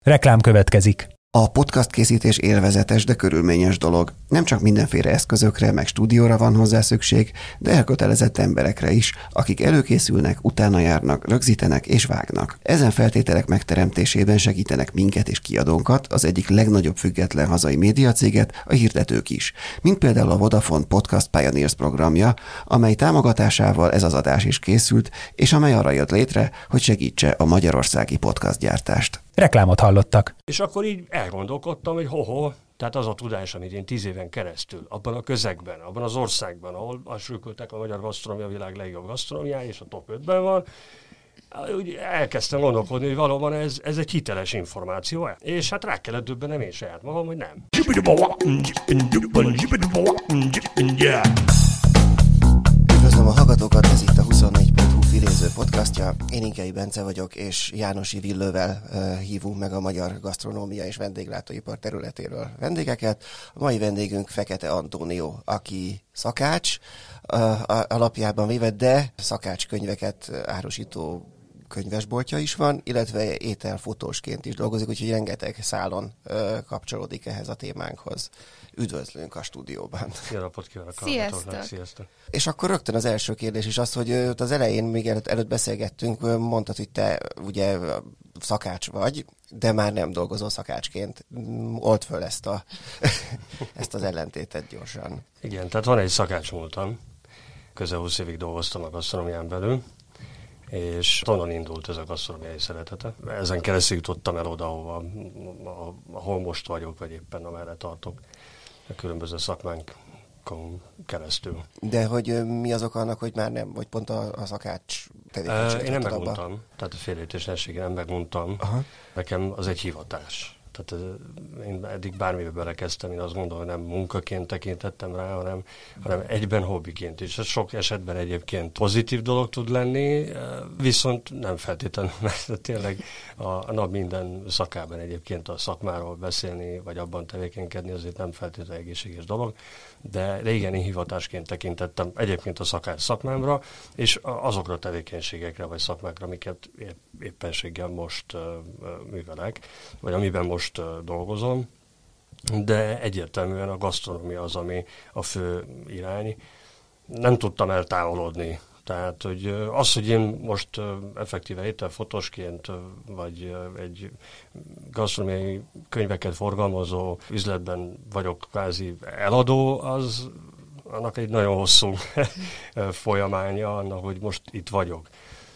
Reklám következik. A podcast készítés élvezetes, de körülményes dolog. Nem csak mindenféle eszközökre, meg stúdióra van hozzá szükség, de elkötelezett emberekre is, akik előkészülnek, utána járnak, rögzítenek és vágnak. Ezen feltételek megteremtésében segítenek minket és kiadónkat, az egyik legnagyobb független hazai médiacéget, a hirdetők is. Mint például a Vodafone Podcast Pioneers programja, amely támogatásával ez az adás is készült, és amely arra jött létre, hogy segítse a magyarországi podcastgyártást. Reklámot hallottak. És akkor így elgondolkodtam, hogy tehát az a tudás, amit én 10 éven keresztül, abban a közegben, abban az országban, ahol sülköltek a magyar gasztronómia a világ legjobb gasztronómiája, és a top 5-ben van, úgy elkezdtem gondolkodni, hogy valóban ez egy hiteles információ. És hát rá kellett döbbenem én saját magam, hogy nem. Üdvözlöm a hallgatókat, ez itt a 24.hu filéző podcastja. Én Inkei Bence vagyok, és Jánosi Villővel hívunk meg a magyar gasztronómia és vendéglátóipar területéről vendégeket. A mai vendégünk Fekete Antónió, aki szakács alapjában véve, de szakácskönyveket árusító könyvesboltja is van, illetve ételfotósként is dolgozik, úgyhogy rengeteg szálon kapcsolódik ehhez a témánkhoz. Üdvözlünk a stúdióban. Jó napot kívánok! Sziasztok! És akkor rögtön az első kérdés is az, hogy az elején, még előtt beszélgettünk, mondtad, hogy te ugye szakács vagy, de már nem dolgozol szakácsként. Old föl ezt az ellentétet gyorsan. Igen, tehát van egy szakácsmúltam. Közel 20 évig dolgoztam a gasztronómián belül, és onnan indult ez a gasztronómiai szeretete. Ezen keresztül jutottam el oda, ahol most vagyok, vagy éppen amerre tartok, a különböző szakmánkon keresztül. De hogy mi az oka annak, hogy már nem, vagy pont a szakács tevékenységet? Én nem meguntam, tehát a félértésenséggel nem meguntam. Aha. Nekem az egy hivatás. Tehát én eddig bármibe belekezdtem, én azt gondolom, hogy nem munkaként tekintettem rá, hanem egyben hobbiként is. Ez sok esetben egyébként pozitív dolog tud lenni, viszont nem feltétlenül, mert tényleg a nap minden szakában egyébként a szakmáról beszélni, vagy abban tevékenykedni azért nem feltétlenül egészséges dolog, de igen, én hivatásként tekintettem egyébként a szakács szakmámra, és azokra a tevékenységekre, vagy szakmákra, amiket éppenséggel most művelek, vagy amiben most dolgozom, de egyértelműen a gasztronómia az, ami a fő irány. Nem tudtam eltávolodni. Tehát, hogy hogy én most effektíve ételfotósként, vagy egy gasztronómiai könyveket forgalmazó üzletben vagyok kvázi eladó, annak egy nagyon hosszú folyamánya annak, hogy most itt vagyok.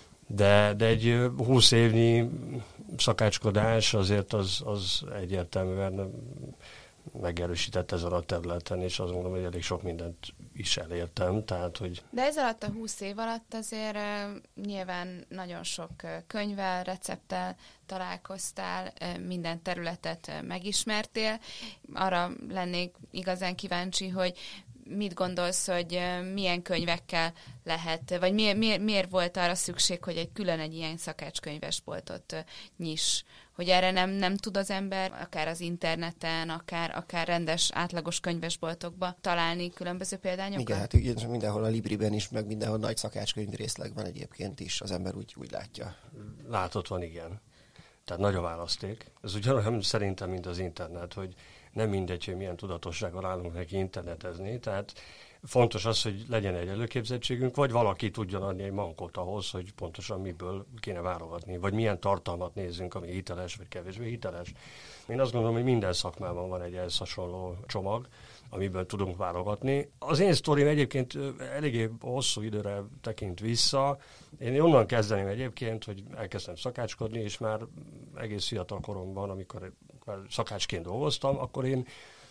De egy 20 évnyi szakácskodás azért az egyértelműen megerősített ezen a területen, és azt gondolom, hogy elég sok mindent is elértem. Tehát, hogy... De ez alatt a 20 év alatt azért nyilván nagyon sok könyvvel, recepttel találkoztál, minden területet megismertél. Arra lennék igazán kíváncsi, hogy mit gondolsz, hogy milyen könyvekkel lehet, vagy miért volt arra szükség, hogy egy ilyen szakácskönyvesboltot nyis? Hogy erre nem tud az ember, akár az interneten, akár rendes, átlagos könyvesboltokba találni különböző példányokat? Igen, hát igen, mindenhol a Libriben is, meg mindenhol nagy szakácskönyv részleg van egyébként is, az ember úgy látja. Látott van, igen. Tehát nagy a választék. Ez ugyanolyan szerintem, mint az internet, hogy nem mindegy, hogy milyen tudatossággal állunk neki internetezni, tehát fontos az, hogy legyen egy előképzettségünk, vagy valaki tudjon adni egy mankót ahhoz, hogy pontosan miből kéne válogatni, vagy milyen tartalmat nézzünk, ami hiteles, vagy kevésbé hiteles. Én azt gondolom, hogy minden szakmában van egy ehhez hasonló csomag, amiből tudunk válogatni. Az én sztorim egyébként eléggé hosszú időre tekint vissza. Én onnan kezdeném egyébként, hogy elkezdtem szakácskodni, és már egész fiatal koromban, amikor szakácsként dolgoztam, akkor én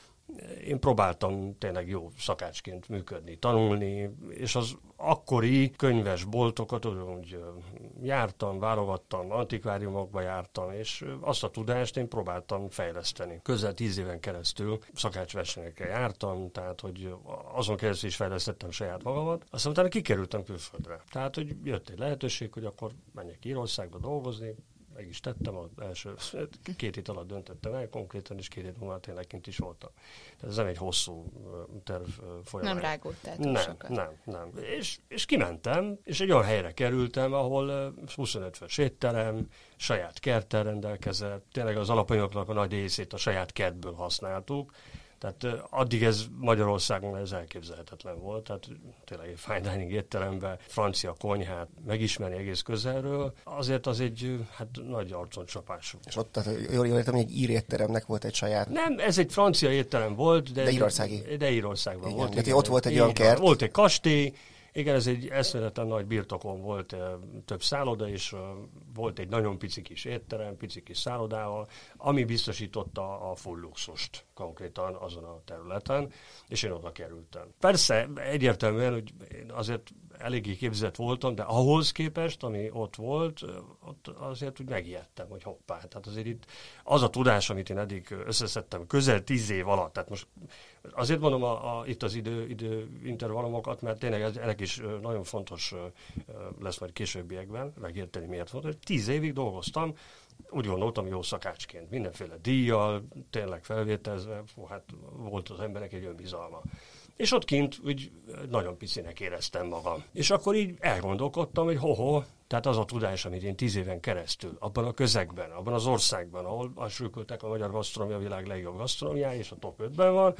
próbáltam tényleg jó szakácsként működni, tanulni, és az akkori könyvesboltokat úgy jártam, válogattam, antikváriumokba jártam, és azt a tudást én próbáltam fejleszteni. Közel 10 éven keresztül szakácsversenyekre jártam, tehát hogy azon keresztül is fejlesztettem saját magamat. Aztán utána kikerültem külföldre. Tehát, hogy jött egy lehetőség, hogy akkor menjek Írországba dolgozni, meg is tettem, az első 2 hét alatt döntöttem el konkrétan, és 2 hét múlva tényleg kint is voltam. Tehát ez nem egy hosszú terv folyamat. Nem rágultál túl sokat. Nem. És kimentem, és egy olyan helyre kerültem, ahol 25 fős étterem, saját kerttel rendelkezett, tényleg az alapanyagoknak a nagy részét a saját kertből használtuk. Tehát addig ez Magyarországon ez elképzelhetetlen volt, tehát tényleg egy fine dining étteremben francia konyhát megismerni egész közelről, azért az egy nagy arconcsapás. És ott, tehát jól értem, hogy egy ír étteremnek volt egy saját... Nem, ez egy francia étterem volt, de írországi. De Írországban igen, volt. Tehát ott volt egy olyan kert. Volt egy kastély, igen, ez egy eszméletlen nagy birtokon volt több szálloda, és volt egy nagyon pici kis étterem, pici kis szállodával, ami biztosította a full luxust konkrétan azon a területen, és én oda kerültem. Persze, egyértelműen, hogy én azért eléggé képzett voltam, de ahhoz képest, ami ott volt, ott azért úgy megijedtem, hogy hoppá. Tehát azért itt az a tudás, amit én eddig összeszedtem közel 10 év alatt, tehát most azért mondom itt az időintervallumokat, mert tényleg ennek is nagyon fontos lesz majd későbbiekben megérteni, miért fontos. 10 évig dolgoztam, úgy gondoltam, jó szakácsként, mindenféle díjjal, tényleg felvételezve, hát volt az emberek egy önbizalma. És ott kint úgy nagyon picinek éreztem magam. És akkor így elgondolkodtam, hogy tehát az a tudás, amit én 10 éven keresztül, abban a közegben, abban az országban, ahol elsülköltek a magyar gasztronómia, a világ legjobb gasztronómiája, és a top 5-ben van,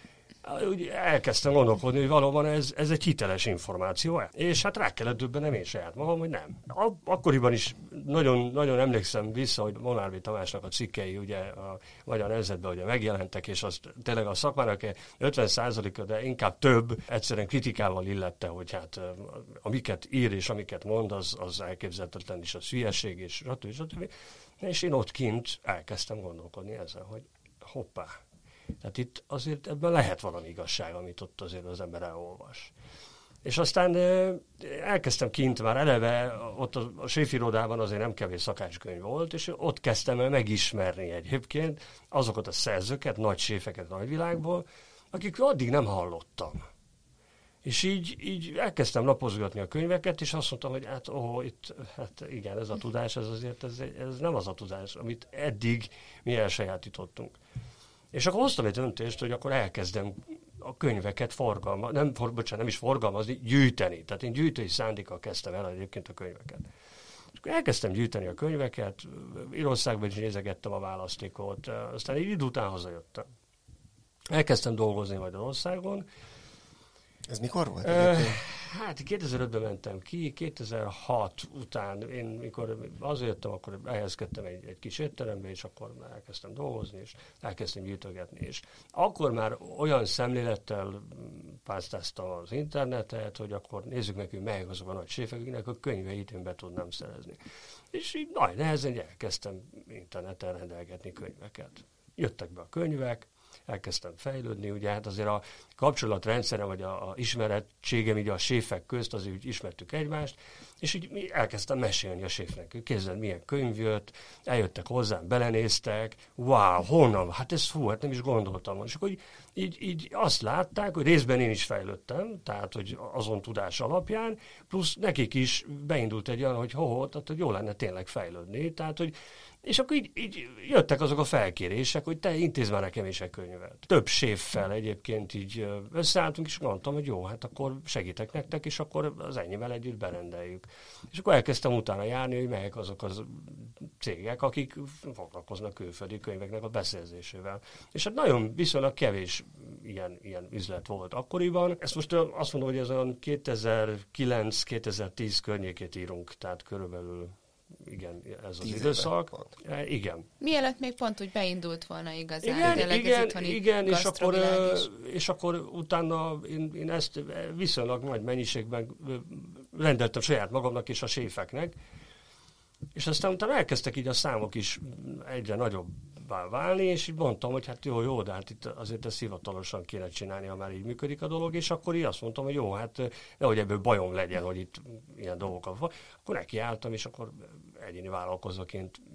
úgy elkezdtem gondolkodni, hogy valóban ez egy hiteles információ. És hát rá kellett döbbenem én saját magam, hogy nem. Akkoriban is nagyon, nagyon emlékszem vissza, hogy Molnár B. Tamásnak a cikkei ugye a Magyar Nemzetben ugye megjelentek, és az tényleg a szakmának 50%-a, de inkább több egyszerűen kritikával illette, hogy hát amiket ír és amiket mond, az elképzelhetetlen is, az hülyeség, és stb. És én ott kint elkezdtem gondolkodni ezzel, hogy hoppá. Tehát itt azért ebben lehet valami igazság, amit ott azért az ember elolvas. És aztán elkezdtem kint már eleve, ott a séfirodában azért nem kevés szakácskönyv volt, és ott kezdtem el megismerni egyébként azokat a szerzőket, nagy séfeket nagyvilágból, akikről addig nem hallottam. És így elkezdtem lapozgatni a könyveket, és azt mondtam, hogy igen, ez a tudás, ez nem az a tudás, amit eddig mi elsajátítottunk. És akkor hoztam egy döntést, hogy akkor elkezdem a könyveket nem is forgalmazni, gyűjteni. Tehát én gyűjtői szándékkal kezdtem el egyébként a könyveket. És akkor elkezdtem gyűjteni a könyveket, Írországban is nézegettem a választékot, aztán egy idő után hazajöttem. Elkezdtem dolgozni Magyarországon. Ez mikor volt? Hát 2005-ben mentem ki, 2006 után én mikor hazajöttem, akkor elhelyezkedtem egy kis étterembe, és akkor elkezdtem dolgozni, és elkezdtem gyűjtögetni. És akkor már olyan szemlélettel pásztáztam az internetet, hogy akkor nézzük meg, hogy melyek azok a nagy séfek, akiknek a könyveit én be tudnám szerezni. És így nagy nehezen elkezdtem interneten rendelgetni könyveket. Jöttek be a könyvek, elkezdtem fejlődni, ugye hát azért a kapcsolatrendszerem, vagy a ismerettségem így a séfek közt, azért úgy ismertük egymást, és így elkezdtem mesélni a séfnek, hogy képzeld, milyen könyv jött, eljöttek hozzám, belenéztek, wow, honnan, hát nem is gondoltam. És akkor így azt látták, hogy részben én is fejlődtem, tehát hogy azon tudás alapján, plusz nekik is beindult egy olyan, tehát hogy jó lenne tényleg fejlődni, tehát hogy és akkor így jöttek azok a felkérések, hogy te intézz már nekem is egy könyvet. Több séffel egyébként így összeálltunk, és mondtam, hogy jó, hát akkor segítek nektek, és akkor az enyémmel együtt berendeljük. És akkor elkezdtem utána járni, hogy melyek azok az cégek, akik foglalkoznak külföldi könyveknek a beszerzésével. És hát nagyon viszonylag kevés ilyen üzlet volt akkoriban. Ezt most azt mondom, hogy ez olyan 2009-2010 környékét írunk, tehát körülbelül igen, ez az időszak. Igen. Mielőtt még pont úgy beindult volna igazán. Igen, és akkor utána én ezt viszonylag nagy mennyiségben rendeltem saját magamnak és a séfeknek, és aztán utána elkezdtek így a számok is egyre nagyobbá válni, és így mondtam, hogy hát jó, de hát itt azért ezt hivatalosan kéne csinálni, ha már így működik a dolog, és akkor így azt mondtam, hogy jó, hát nehogy ebből bajom legyen, hogy itt ilyen dolgok van. Akkor nekiálltam, és akkor egyéni vállalkozóként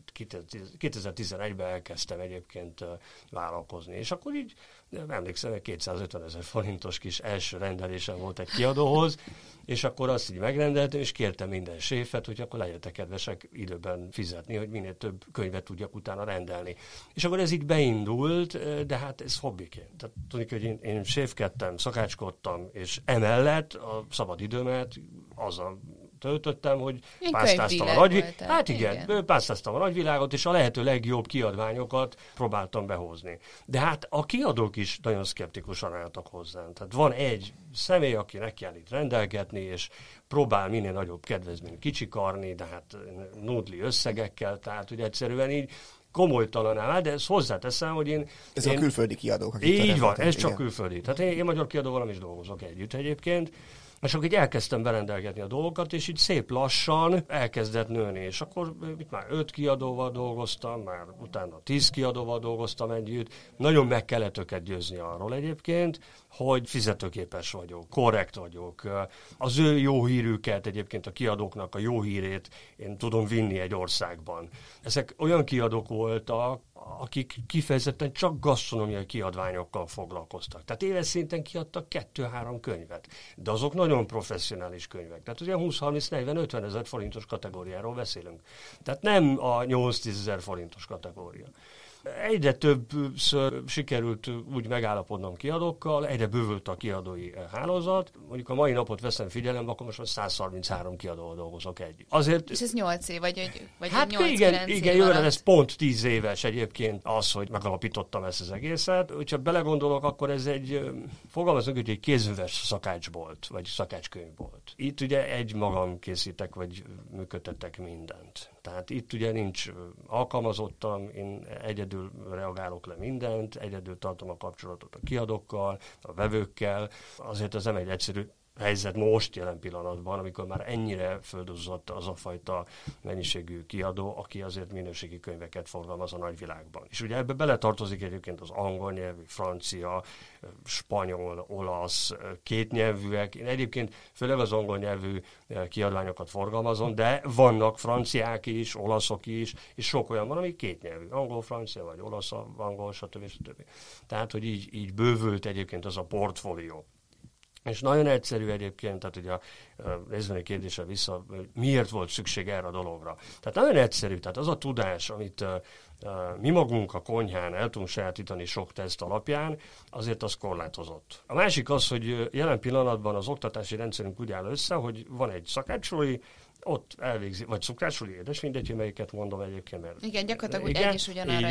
2011-ben elkezdtem egyébként vállalkozni. És akkor így emlékszem, hogy 250 000 forintos kis első rendelésem volt egy kiadóhoz, és akkor azt így megrendeltem, és kértem minden séfet, hogy akkor legyetek kedvesek időben fizetni, hogy minél több könyvet tudjak utána rendelni. És akkor ez így beindult, de hát ez hobbiként. Tehát tudjuk, hogy én séfkedtem, szakácskodtam, és emellett a szabad időmet azzal töltöttem, hogy pásztáztam a nagyvilágot. Hát igen, pásztáztam a nagyvilágot, és a lehető legjobb kiadványokat próbáltam behozni. De hát a kiadók is nagyon szkeptikusan álltak hozzám. Tehát van egy személy, aki neki kell itt rendelgetni, és próbál minél nagyobb kedvezményt kicsikarni, de hát nódli összegekkel, tehát hogy egyszerűen így komolytalan áll, de ezt hozzáteszem, hogy én... Ez a külföldi kiadók, akik így van, ez csak külföldi. Tehát én magyar kiadóval nem is dolgozok együtt egyébként, és akkor így elkezdtem berendelgetni a dolgokat, és így szép lassan elkezdett nőni, és akkor itt már 5 kiadóval dolgoztam, már utána 10 kiadóval dolgoztam együtt. Nagyon meg kellett őket győzni arról egyébként, hogy fizetőképes vagyok, korrekt vagyok. Az ő jó hírüket, egyébként a kiadóknak a jó hírét én tudom vinni egy országban. Ezek olyan kiadók voltak, akik kifejezetten csak gasztronómiai kiadványokkal foglalkoztak. Tehát éves szinten kiadtak 2-3 könyvet. De azok nagyon professzionális könyvek. Tehát ugye 20-30-40-50 000 forintos kategóriáról beszélünk. Tehát nem a 8-10 000 forintos kategória. Egyre többször sikerült úgy megállapodnom kiadókkal, egyre bővült a kiadói hálózat. Mondjuk a mai napot veszem figyelembe, akkor most már 133 kiadóval dolgozok együtt. Azért, és ez 8 év, vagy hát 8-9 igen, jövőre ez pont 10 éves egyébként az, hogy megalapítottam ezt az egészet. Hogyha belegondolok, akkor ez egy, fogalmazunk, hogy egy kézműves szakácsbolt, vagy szakácskönyvbolt. Itt ugye egy magam készítek, vagy működtetek mindent. Tehát itt ugye nincs alkalmazottam, én egyedül reagálok le mindent, egyedül tartom a kapcsolatot a kiadókkal, a vevőkkel. Azért ez nem egy egyszerű helyzet most jelen pillanatban, amikor már ennyire földuzzadt az a fajta mennyiségű kiadó, aki azért minőségi könyveket forgalmaz a nagyvilágban. És ugye ebbe beletartozik egyébként az angol nyelvű, francia, spanyol, olasz, kétnyelvűek. Én egyébként főleg az angol nyelvű kiadványokat forgalmazom, de vannak franciák is, olaszok is, és sok olyan van, ami kétnyelvű. Angol, francia, vagy olasz, angol, stb. Tehát, hogy így bővült egyébként az a portfólió. És nagyon egyszerű egyébként, tehát ugye a részbeni kérdésre vissza, miért volt szükség erre a dologra. Tehát nagyon egyszerű, tehát az a tudás, amit mi magunk a konyhán el tudunk sajátítani sok teszt alapján, azért az korlátozott. A másik az, hogy jelen pillanatban az oktatási rendszerünk úgy áll össze, hogy van egy szakácsoli, ott elvégzi, vagy szukrásuli, édes, mindegy, melyiket mondom egyébként. Mert igen, gyakorlatilag egy is ugyanarra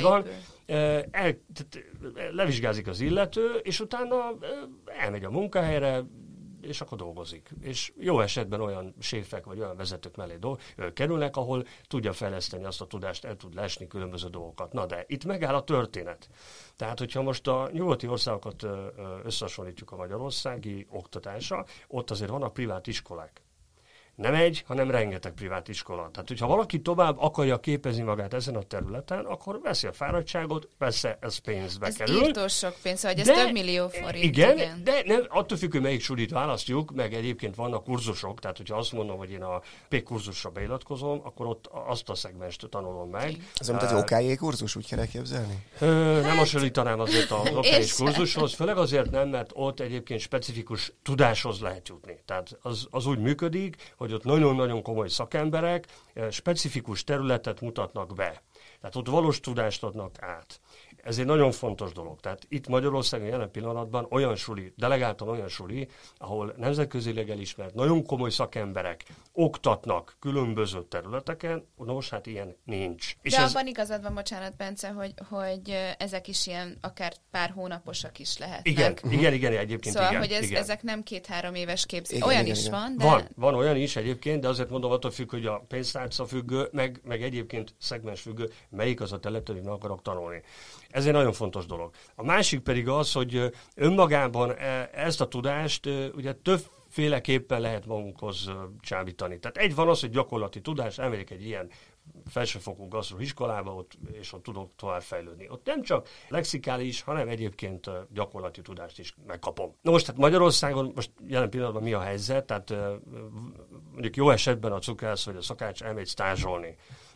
épül. Levizsgázik az illető, és utána elmegy a munkahelyre, és akkor dolgozik. És jó esetben olyan séfek, vagy olyan vezetők mellé kerülnek, ahol tudja fejleszteni azt a tudást, el tud lesni különböző dolgokat. Na de itt megáll a történet. Tehát, hogyha most a nyugati országokat összehasonlítjuk a magyarországi oktatásra, ott azért vannak privát iskolák. Nem egy, hanem rengeteg privát iskola. Tehát, hogyha valaki tovább akarja képezni magát ezen a területen, akkor veszi a fáradtságot, persze ez pénzbe kerül. Ez írtós sok pénz, hogy ez több millió forint. Igen, de nem, attól függ, hogy melyik sulit választjuk, meg egyébként vannak kurzusok, tehát hogyha azt mondom, hogy én a PÉK kurzusra beiratkozom, akkor ott azt a szegmest tanulom meg. Ez mint az OKJ kurzus, úgy kell elképzelni? Nem hasonlítanám azért az OKJ kurzushoz, főleg azért nem, mert ott egyébként specifikus tudáshoz lehet jutni. Tehát az úgy működik, hogy ott nagyon-nagyon komoly szakemberek specifikus területet mutatnak be. Tehát ott valós tudást adnak át. Ez egy nagyon fontos dolog. Tehát itt Magyarországon jelen pillanatban olyan suli, delegáltan olyan suli, ahol nemzetközileg elismert, nagyon komoly szakemberek oktatnak különböző területeken, nos, hát ilyen nincs. És de abban igazad van, bocsánat, Bence, hogy ezek is ilyen akár pár hónaposak is lehetnek. Igen, egyébként szóval, igen. hogy igen. ezek nem 2-3 éves képzés. Igen, olyan igen, is igen. van, de... Van olyan is egyébként, de azért mondom, attól függ, hogy a pénztárca függő, meg egyébként szegmens függő, melyik az a terület, hogy meg akarok tanulni. Ez egy nagyon fontos dolog. A másik pedig az, hogy önmagában ezt a tudást ugye többféleképpen lehet magunkhoz csábítani. Tehát egy van az, hogy gyakorlati tudás, elmegyek egy ilyen felsőfokú gasztroiskolába, és ott tudok továbbfejlődni. Ott nem csak lexikális, hanem egyébként gyakorlati tudást is megkapom. Na most hát Magyarországon most jelen pillanatban mi a helyzet? Tehát mondjuk jó esetben a cukrász vagy a szakács elmegy stázsolni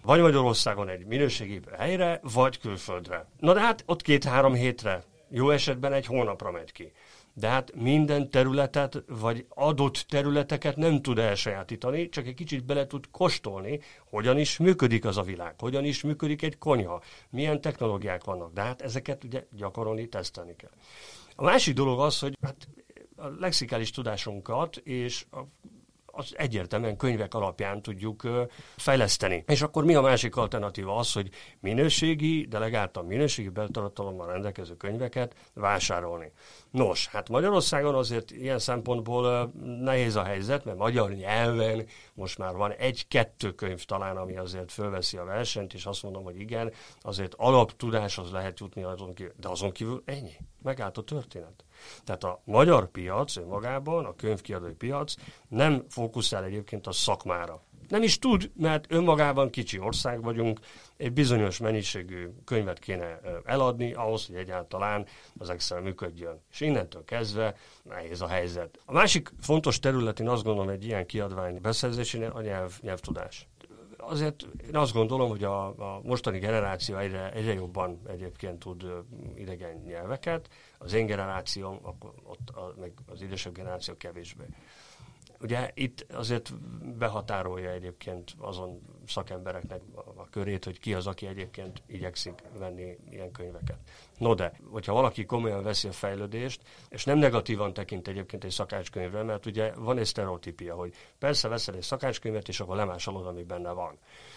vagy Magyarországon egy minőségi helyre, vagy külföldre. Na de hát ott 2-3 hétre, jó esetben 1 hónapra megy ki. De hát minden területet, vagy adott területeket nem tud elsajátítani, csak egy kicsit bele tud kóstolni, hogyan is működik az a világ, hogyan is működik egy konyha, milyen technológiák vannak. De hát ezeket ugye gyakorolni, tesztelni kell. A másik dolog az, hogy hát a lexikális tudásunkat és az egyértelműen könyvek alapján tudjuk fejleszteni. És akkor mi a másik alternatíva? Az, hogy minőségi, de legalább minőségi beltartalommal rendelkező könyveket vásárolni. Nos, hát Magyarországon azért ilyen szempontból nehéz a helyzet, mert magyar nyelven most már van 1-2 könyv talán, ami azért fölveszi a versenyt, és azt mondom, hogy igen, azért alaptudáshoz lehet jutni azon kívül, de azon kívül ennyi. Megállt a történet. Tehát a magyar piac önmagában, a könyvkiadói piac nem fókuszál egyébként a szakmára. Nem is tud, mert önmagában kicsi ország vagyunk, egy bizonyos mennyiségű könyvet kéne eladni, ahhoz, hogy egyáltalán az Excel működjön. És innentől kezdve nehéz a helyzet. A másik fontos terület, én azt gondolom, egy ilyen kiadvány beszerzésénél a nyelvtudás. Azért én azt gondolom, hogy a mostani generáció egyre jobban egyébként tud idegen nyelveket, az én generációm, meg az idősebb generáció kevésbé. Ugye itt azért behatárolja egyébként azon szakembereknek a körét, hogy ki az, aki egyébként igyekszik venni ilyen könyveket. No de, hogyha valaki komolyan veszi a fejlődést, és nem negatívan tekint egyébként egy szakácskönyvre, mert ugye van egy sztereotípia, hogy persze veszel egy szakácskönyvet, és akkor lemásolod, ami benne van.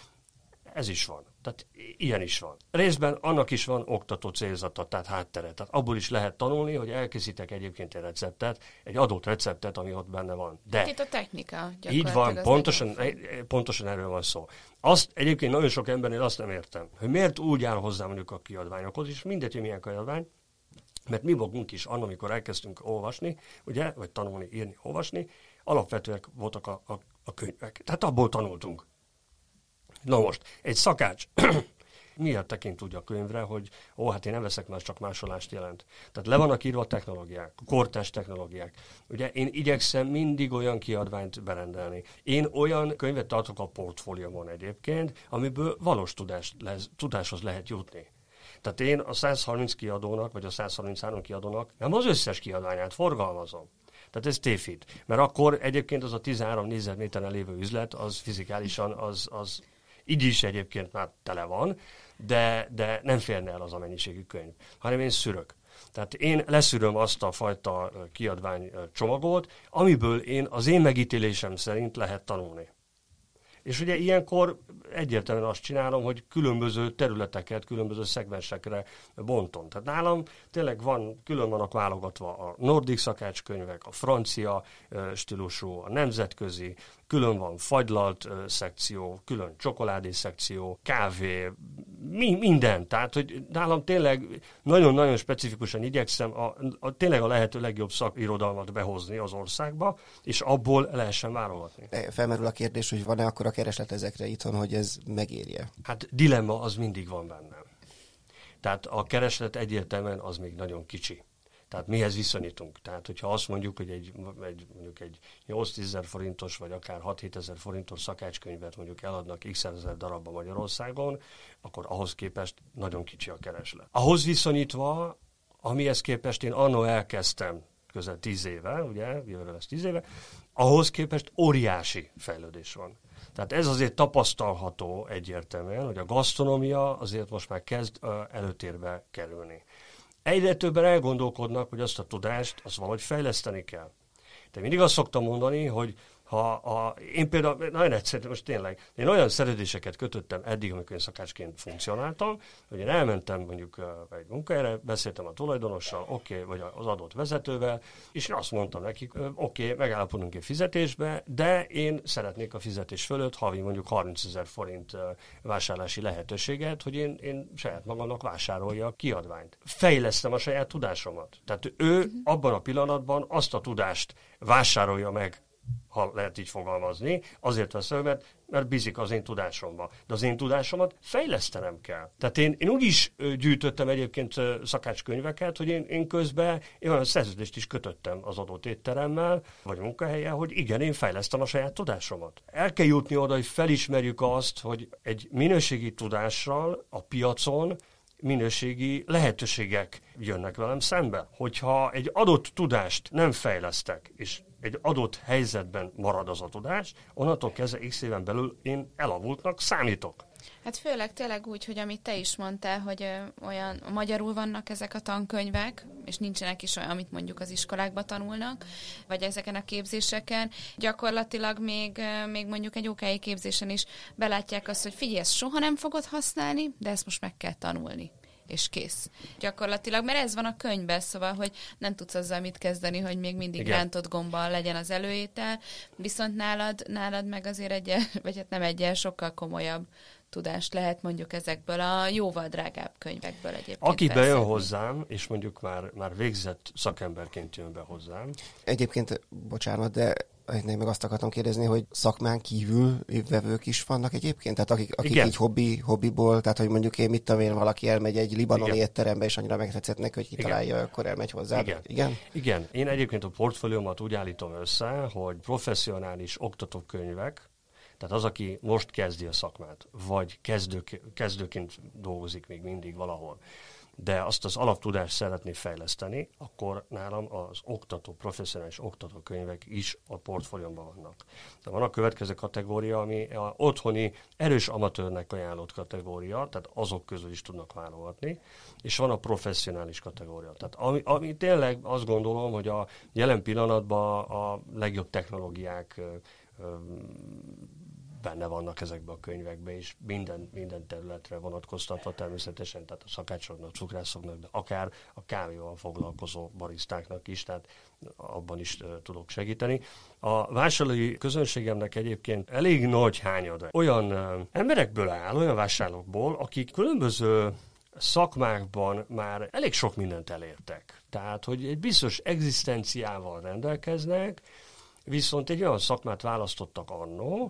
Ez is van. Tehát ilyen is van. Részben annak is van oktató célzata, tehát háttere. Tehát abból is lehet tanulni, hogy elkészítek egyébként egy receptet, egy adott receptet, ami ott benne van. De itt a technika így van, pontosan erről van szó. Azt egyébként nagyon sok embernél azt nem értem, hogy miért úgy áll hozzá mondjuk a kiadványokhoz, és mindegy, hogy milyen kiadvány, mert mi magunk is annak, amikor elkezdtünk olvasni, ugye, vagy tanulni, írni, olvasni, alapvetőek voltak a könyvek. Tehát abból tanultunk. Na most, egy szakács miért tekint úgy a könyvre, hogy hát én nem veszek, mert csak másolást jelent. Tehát le vannak írva a technológiák, kortárs technológiák. Ugye én igyekszem mindig olyan kiadványt berendelni. Én olyan könyvet tartok a portfóliómon egyébként, amiből valós tudáshoz lehet jutni. Tehát én a 130 kiadónak, vagy a 133 kiadónak nem az összes kiadványát forgalmazom. Tehát ez tévhit. Mert akkor egyébként az a 13 négyzetméteren lévő üzlet, az fizikálisan, az így is egyébként már tele van, de nem férne el az a mennyiségű könyv, hanem én szűrök. Tehát én leszűröm azt a fajta kiadvány csomagot, amiből az én megítélésem szerint lehet tanulni. És ugye ilyenkor egyértelműen azt csinálom, hogy különböző területeket, különböző szegmensekre bontom. Tehát nálam tényleg külön vannak válogatva a nordik szakácskönyvek, a francia stílusú, a nemzetközi, külön van fagylalt szekció, külön csokoládé szekció, kávé, minden. Tehát, hogy nálam tényleg nagyon-nagyon specifikusan igyekszem tényleg a lehető legjobb szakirodalmat behozni az országba, és abból lehessen válogatni. Felmerül a kérdés, hogy van-e akkor a kereslet ezekre itthon, hogy ez megérje? Hát dilemma az mindig van bennem. Tehát a kereslet egyértelműen az még nagyon kicsi. Tehát mihez viszonyítunk? Tehát, hogyha azt mondjuk, hogy mondjuk egy 8-10 000 forintos, vagy akár 6-7 000 forintos szakácskönyvet mondjuk eladnak x ezer darabba Magyarországon, akkor ahhoz képest nagyon kicsi a kereslet. Ahhoz viszonyítva, amihez képest én anno elkezdtem közel 10 éve, ugye, jövőre lesz 10 éve, ahhoz képest óriási fejlődés van. Tehát ez azért tapasztalható egyértelműen, hogy a gasztronómia azért most már kezd előtérbe kerülni. Egyre többen elgondolkodnak, hogy azt a tudást, azt valahogy fejleszteni kell. De mindig azt szoktam mondani, hogy én például, nagyon egyszerű, most tényleg, én olyan szerződéseket kötöttem eddig, amikor én szakácsként funkcionáltam, hogy én elmentem mondjuk egy munkahelyre, beszéltem a tulajdonossal, vagy az adott vezetővel, és én azt mondtam nekik, megállapodunk egy fizetésbe, de én szeretnék a fizetés fölött havi mondjuk 30 000 forint vásárlási lehetőséget, hogy én saját magamnak vásároljak kiadványt. Fejlesztem a saját tudásomat. Tehát ő abban a pillanatban azt a tudást vásárolja meg ha lehet így fogalmazni, azért veszem, mert bízik az én tudásomba. De az én tudásomat fejlesztenem kell. Tehát én úgy is gyűjtöttem egyébként szakácskönyveket, hogy én közben olyan szerződést is kötöttem az adott étteremmel, vagy munkahelyen, hogy igen, én fejlesztem a saját tudásomat. El kell jutni oda, hogy felismerjük azt, hogy egy minőségi tudással a piacon minőségi lehetőségek jönnek velem szembe. Hogyha egy adott tudást nem fejlesztek, és egy adott helyzetben marad az a tudás, onnantól kezdve x éven belül én elavultnak számítok. Hát főleg tényleg úgy, hogy amit te is mondtál, hogy olyan magyarul vannak ezek a tankönyvek, és nincsenek is olyan, amit mondjuk az iskolákban tanulnak, vagy ezeken a képzéseken. Gyakorlatilag még mondjuk egy OK képzésen is belátják azt, hogy figyelj, ezt soha nem fogod használni, de ezt most meg kell tanulni. És kész. Gyakorlatilag, mert ez van a könyvben, szóval, hogy nem tudsz azzal mit kezdeni, hogy még mindig rántott gombbal legyen az előétel, viszont nálad meg azért vagy hát nem sokkal komolyabb tudást lehet mondjuk ezekből a jóval drágább könyvekből egyébként. Aki bejön hozzám, és mondjuk már végzett szakemberként jön be hozzám. Egyébként, bocsánat, de meg azt akartam kérdezni, hogy szakmán kívül vevők is vannak egyébként? Tehát akik így hobbiból, tehát hogy mondjuk mit tudom én, valaki elmegy egy libanoni étterembe, és annyira megtetszett neki, hogy kitalálja, akkor elmegy hozzá. Igen. Én egyébként a portfóliómat úgy állítom össze, hogy professzionális oktatókönyvek, tehát az, aki most kezdi a szakmát, vagy kezdőként dolgozik még mindig valahol, de azt az alaptudást szeretné fejleszteni, akkor nálam az professzionális oktatókönyvek is a portfóliómban vannak. De van a következő kategória, ami a otthoni erős amatőrnek ajánlott kategória, tehát azok közül is tudnak válogatni, és van a professzionális kategória. Tehát ami tényleg azt gondolom, hogy a jelen pillanatban a legjobb technológiák benne vannak ezekben a könyvekben, és minden területre vonatkoztatva természetesen, tehát a szakácsoknak, cukrászoknak, de akár a kávéval foglalkozó barisztáknak is, tehát abban is tudok segíteni. A vásárlói közönségemnek egyébként elég nagy hányada olyan emberekből áll, olyan vásárlókból, akik különböző szakmákban már elég sok mindent elértek. Tehát, hogy egy biztos egzisztenciával rendelkeznek, viszont egy olyan szakmát választottak annó,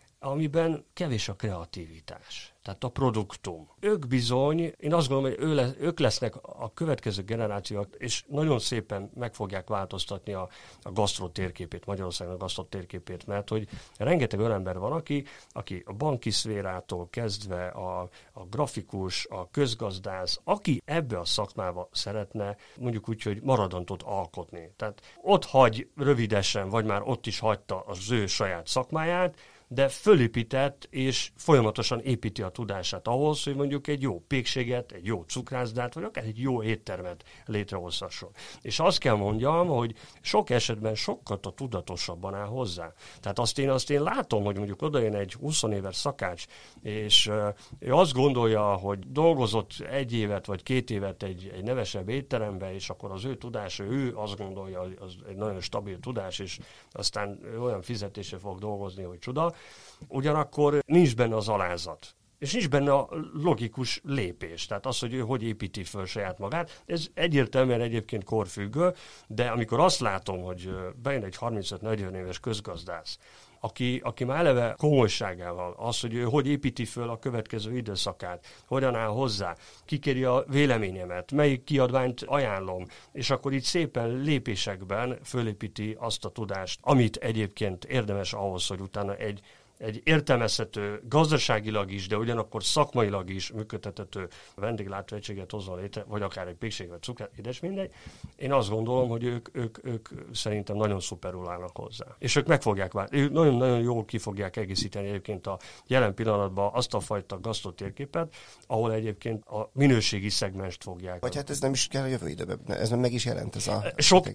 amiben kevés a kreativitás, tehát a produktum. Ők bizony, én azt gondolom, hogy ők lesznek a következő generációk, és nagyon szépen meg fogják változtatni a gasztró térképét, Magyarországnak a gasztró térképét, mert hogy rengeteg olyan ember van, aki a banki szférától kezdve a grafikus, a közgazdász, aki ebbe a szakmába szeretne, mondjuk úgy, hogy maradontot alkotni. Tehát ott hagy rövidesen, vagy már ott is hagyta az ő saját szakmáját, de fölépített és folyamatosan építi a tudását ahhoz, hogy mondjuk egy jó pékséget, egy jó cukrászdát, vagy akár egy jó éttermet létrehozhasson. És azt kell mondjam, hogy sok esetben sokkal tudatosabban áll hozzá. Tehát azt én látom, hogy mondjuk odajön egy 20 éves szakács, és ő azt gondolja, hogy dolgozott 1 évet vagy 2 évet egy nevesebb étterembe, és akkor az ő tudása, ő azt gondolja, hogy az egy nagyon stabil tudás, és aztán olyan fizetése fog dolgozni, hogy csuda. Ugyanakkor nincs benne az alázat, és nincs benne a logikus lépés. Tehát az, hogy ő hogy építi föl saját magát, ez egyértelműen egyébként korfüggő, de amikor azt látom, hogy bejön egy 35-40 éves közgazdász, aki már eleve komolyságával, az, hogy ő hogy építi föl a következő időszakát, hogyan áll hozzá, kikéri a véleményemet, melyik kiadványt ajánlom, és akkor így szépen lépésekben fölépíti azt a tudást, amit egyébként érdemes ahhoz, hogy utána egy értelmezhető, gazdaságilag is, de ugyanakkor szakmailag is működtethető vendéglátóegységet hozzon létre, vagy akár egy pékség, vagy cukrát, édes mindegy. Én azt gondolom, hogy ők szerintem nagyon szuperul állnak hozzá. És ők meg fogják válni. Ők nagyon-nagyon jól ki fogják egészíteni egyébként a jelen pillanatban azt a fajta gasztrotérképet, ahol egyébként a minőségi szegmenst fogják. Vagy hát ez nem is kell a jövő időben, ez meg is jelent ez a...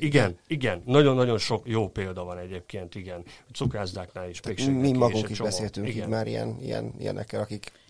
Igen. Nagyon-nagyon sok jó példa van egyébként, igen. Cukrászdáknál is, pékségnek mi magunk is beszéltünk így már ilyenekkel, akik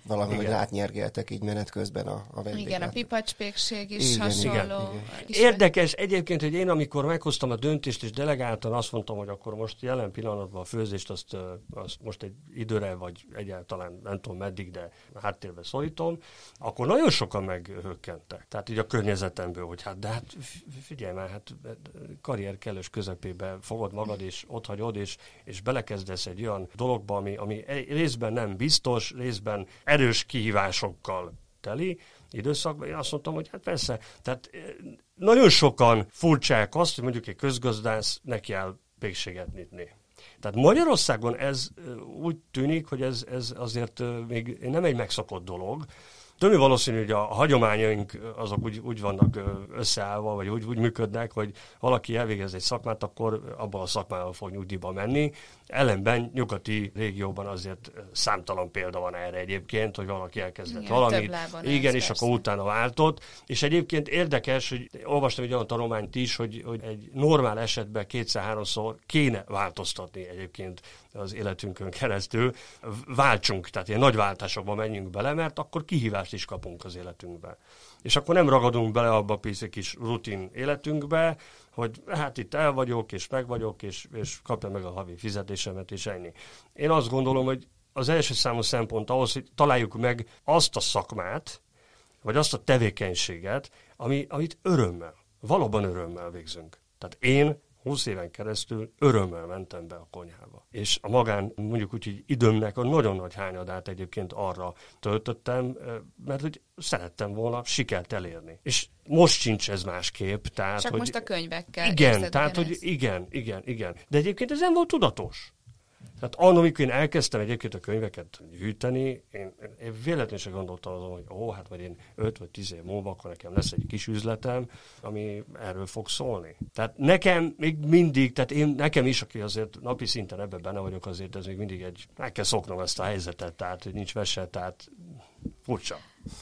Valahogy átnyergeltek így menet közben a vendéglátók. Igen, a pipacspékség is hasonló. Igen. Érdekes egyébként, hogy én amikor meghoztam a döntést és delegáltan azt mondtam, hogy akkor most jelen pillanatban a főzést azt most egy időre, vagy egyáltalán nem tudom meddig, de háttérbe szorítom, akkor nagyon sokan meghökkentek. Tehát így a környezetemből, hogy de hát figyelj már, hát karrier kellős közepébe fogod magad, és ott hagyod, és belekezdesz egy olyan dologba, ami részben nem biztos, részben erős kihívásokkal teli időszakban. Én azt mondtam, hogy hát persze, tehát nagyon sokan furcsák azt, hogy mondjuk egy közgazdász neki áll pékséget nyitni. Tehát Magyarországon ez úgy tűnik, hogy ez azért még nem egy megszokott dolog. Többé valószínű, hogy a hagyományaink azok úgy vannak összeállva, vagy úgy működnek, hogy valaki elvégez egy szakmát, akkor abban a szakmában fog nyugdíjba menni. Ellenben nyugati régióban azért számtalan példa van erre egyébként, hogy valaki elkezdett valamit. Igen, és akkor utána váltott. És egyébként érdekes, hogy olvastam egy olyan tanulmányt is, hogy egy normál esetben 2-3-szor kéne változtatni egyébként az életünkön keresztül. Váltsunk, tehát ilyen nagy váltásokba menjünk bele, mert akkor kihívást is kapunk az életünkbe. És akkor nem ragadunk bele abba a pici kis rutin életünkbe, hogy hát itt el vagyok, és meg vagyok, és kapja meg a havi fizetésemet, és ennyi. Én azt gondolom, hogy az első számú szempont ahhoz, hogy találjuk meg azt a szakmát, vagy azt a tevékenységet, amit valóban örömmel végzünk. Tehát én 20 éven keresztül örömmel mentem be a konyhába. És a magán, mondjuk úgy, hogy időmnek a nagyon nagy hányadát egyébként arra töltöttem, mert hogy szerettem volna sikert elérni. És most sincs ez másképp. Tehát, csak hogy most a könyvekkel. Igen, tehát, hogy igen. De egyébként ez nem volt tudatos. Tehát annak, amikor én elkezdtem egyébként a könyveket gyűjteni, én véletlenül sem gondoltam azon, hogy hát majd én 5 vagy 10 év múlva, akkor nekem lesz egy kis üzletem, ami erről fog szólni. Tehát nekem még mindig, tehát nekem is, aki azért napi szinten ebben benne vagyok, azért ez még mindig meg kell szoknom ezt a helyzetet, tehát hogy nincs mese, tehát furcsa.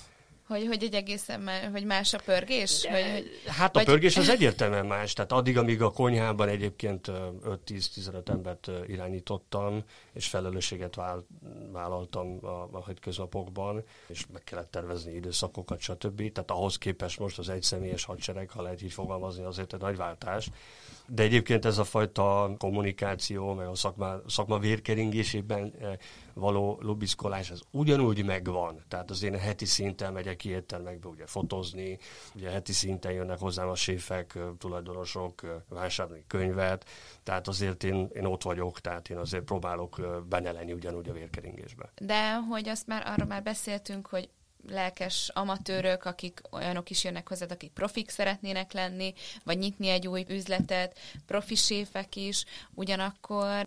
Hogy egy egészen hogy más a pörgés? Hát a pörgés az egyértelműen más. Tehát addig, amíg a konyhában egyébként 5-10-15 embert irányítottam, és felelősséget vállaltam a hétköznapokban, és meg kellett tervezni időszakokat, stb. Tehát ahhoz képest most az egyszemélyes hadsereg, ha lehet így fogalmazni, azért egy nagy váltás. De egyébként ez a fajta kommunikáció, meg a szakma vérkeringésében való lubiszkolás, ez ugyanúgy megvan. Tehát az én heti szinten megyek ki éttermekbe ugye fotózni, ugye heti szinten jönnek hozzám a séfek, tulajdonosok, vásárolni könyvet, tehát azért én ott vagyok, tehát én azért próbálok benne lenni ugyanúgy a vérkeringésbe. De hogy azt arról már beszéltünk, hogy lelkes amatőrök, akik olyanok is jönnek hozzád, akik profik szeretnének lenni, vagy nyitni egy új üzletet, profi séfek is, ugyanakkor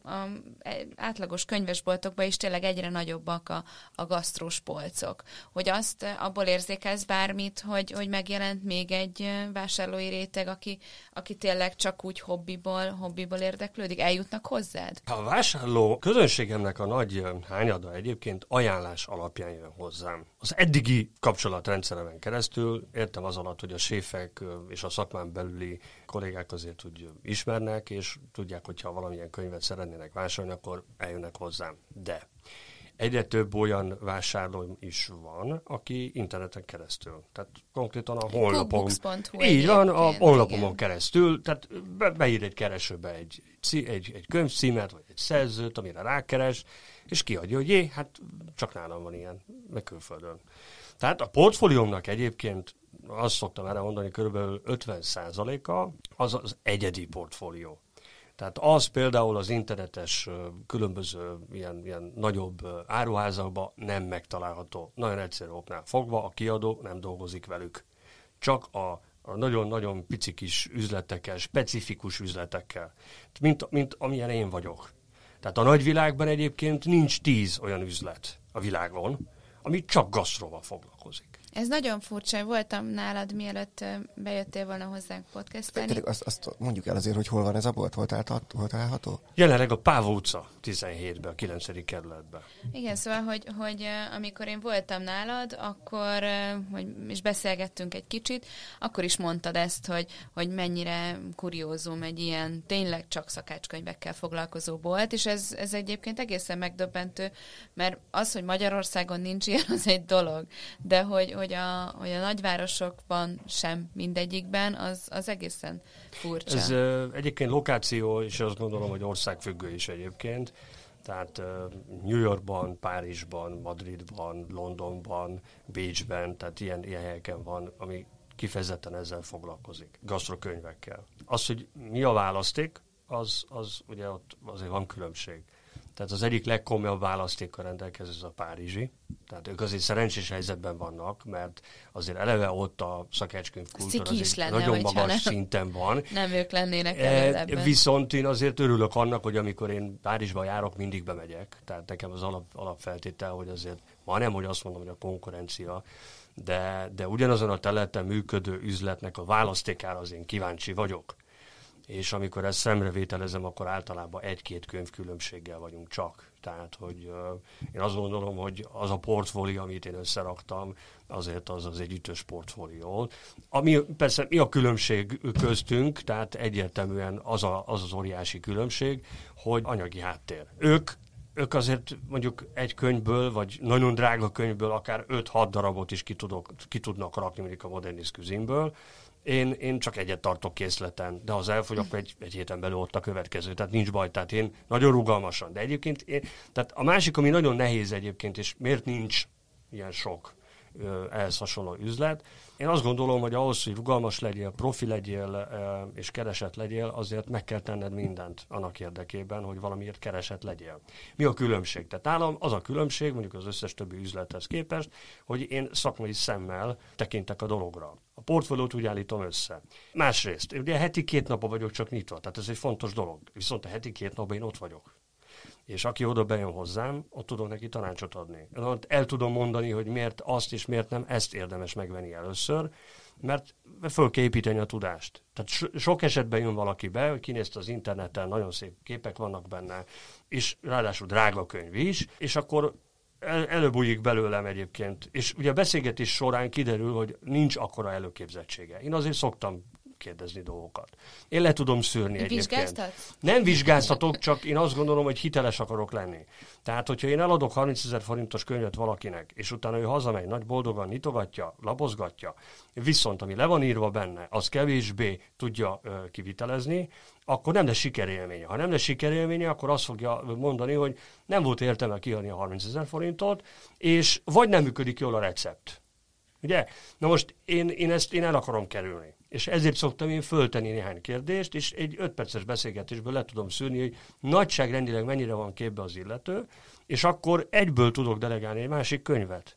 átlagos könyvesboltokban is tényleg egyre nagyobbak a gasztrós polcok. Hogy azt abból érzékelsz bármit, hogy megjelent még egy vásárlói réteg, aki tényleg csak úgy hobbiból érdeklődik, eljutnak hozzád? A vásárló közönségemnek a nagy hányada egyébként ajánlás alapján jön hozzám. Az eddigi kapcsolatrendszeremen keresztül értem az alatt, hogy a séfek és a szakmán belüli kollégák azért úgy ismernek, és tudják, hogyha valamilyen könyvet szeretnének vásárolni, akkor eljönnek hozzám. De egyre több olyan vásárló is van, aki interneten keresztül. Tehát konkrétan a honlapon. Így van, a honlapomon keresztül. Tehát beír egy keresőbe egy könyvcímet, vagy egy szerzőt, amire rákeres, és kiadja, hogy hát csak nálam van ilyen, meg külföldön. Tehát a portfóliómnak egyébként azt szoktam erre mondani, körülbelül 50%-a az egyedi portfólió. Tehát az például az internetes különböző ilyen nagyobb áruházakban nem megtalálható. Nagyon egyszerű oknál fogva, a kiadó nem dolgozik velük. Csak a nagyon-nagyon pici kis üzletekkel, specifikus üzletekkel, mint amilyen én vagyok. Tehát a nagyvilágban egyébként nincs 10 olyan üzlet a világon, ami csak gasztróval foglalkozik. Ez nagyon furcsa, voltam nálad, mielőtt bejöttél volna hozzánk podcastelni. Azt mondjuk el azért, hogy hol van ez a bolt, hol található? Jelenleg a Pávó utca 17-ben, a 9. kerületben. Igen, szóval, hogy amikor én voltam nálad, akkor, és beszélgettünk egy kicsit, akkor is mondtad ezt, hogy mennyire kuriózum egy ilyen tényleg csak szakácskönyvekkel foglalkozó bolt, és ez egyébként egészen megdöbbentő, mert az, hogy Magyarországon nincs ilyen, az egy dolog, de hogy a nagyvárosokban sem mindegyikben, az egészen furcsa. Ez egyébként lokáció, és azt gondolom, hogy országfüggő is egyébként. Tehát New Yorkban, Párizsban, Madridban, Londonban, Bécsben, tehát ilyen helyeken van, ami kifejezetten ezzel foglalkozik, gasztrokönyvekkel. Az, hogy mi a választék, az ugye ott azért van különbség. Tehát az egyik legkomolyabb választékkal rendelkező az a párizsi. Tehát ők azért szerencsés helyzetben vannak, mert azért eleve ott a szakácskönyv kultúra nagyon magas szinten van. Nem ők lennének ebben. Viszont én azért örülök annak, hogy amikor én Párizsba járok, mindig bemegyek. Tehát nekem az alapfeltétel, hogy azért ma nem, hogy azt mondom, hogy a konkurencia, de ugyanazon a területen működő üzletnek a választékára az én kíváncsi vagyok. És amikor ezt szemrevételezem, akkor általában 1-2 könyv különbséggel vagyunk csak. Tehát, hogy én azt gondolom, hogy az a portfólió, amit én összeraktam, azért az egy ütős portfólió. Persze mi a különbség köztünk, tehát egyértelműen az óriási különbség, hogy anyagi háttér. Ők azért mondjuk egy könyvből, vagy nagyon drága könyvből akár 5-6 darabot is ki tudnak rakni, mondjuk a Modernist Cuisine-ből. Én csak egyet tartok készleten, de ha az elfogy, akkor egy héten belül ott a következő, tehát nincs baj, tehát én nagyon rugalmasan. De egyébként, tehát a másik, ami nagyon nehéz egyébként, és miért nincs ilyen sok ehhez hasonló üzlet, én azt gondolom, hogy ahhoz, hogy rugalmas legyél, profi legyél és keresett legyél, azért meg kell tenned mindent annak érdekében, hogy valamiért keresett legyél. Mi a különbség? Tehát nálam az a különbség, mondjuk az összes többi üzlethez képest, hogy én szakmai szemmel tekintek a dologra. A portfóliót úgy állítom össze. Másrészt, ugye heti 2 napon vagyok csak nyitva, tehát ez egy fontos dolog. Viszont a heti 2 napban én ott vagyok. És aki oda bejön hozzám, ott tudok neki tanácsot adni. El tudom mondani, hogy miért azt és miért nem ezt érdemes megvenni először, mert föl kell építeni a tudást. Tehát sok esetben jön valaki be, hogy kinézte az interneten, nagyon szép képek vannak benne, és ráadásul drága könyv is, és akkor előbújik belőlem egyébként. És ugye a beszélgetés során kiderül, hogy nincs akkora előképzettsége. Én azért szoktam kérdezni dolgokat. Én le tudom szűrni egyébként. Vizsgáztatsz? Nem vizsgáztatok, csak én azt gondolom, hogy hiteles akarok lenni. Tehát, hogyha én eladok 30 000 forintos könyvet valakinek, és utána ő hazamegy, nagy boldogan nyitogatja, lapozgatja, viszont ami le van írva benne, az kevésbé tudja kivitelezni, akkor nem lesz sikerélménye. Ha nem lesz sikerélménye, akkor azt fogja mondani, hogy nem volt értelme kiadni a 30 000 forintot, és vagy nem működik jól a recept. Ugye? Na most én ezt el akarom kerülni. És ezért szoktam én föltenni néhány kérdést, és egy 5 perces beszélgetésből le tudom szűrni, hogy nagyságrendileg mennyire van képbe az illető, és akkor egyből tudok delegálni egy másik könyvet.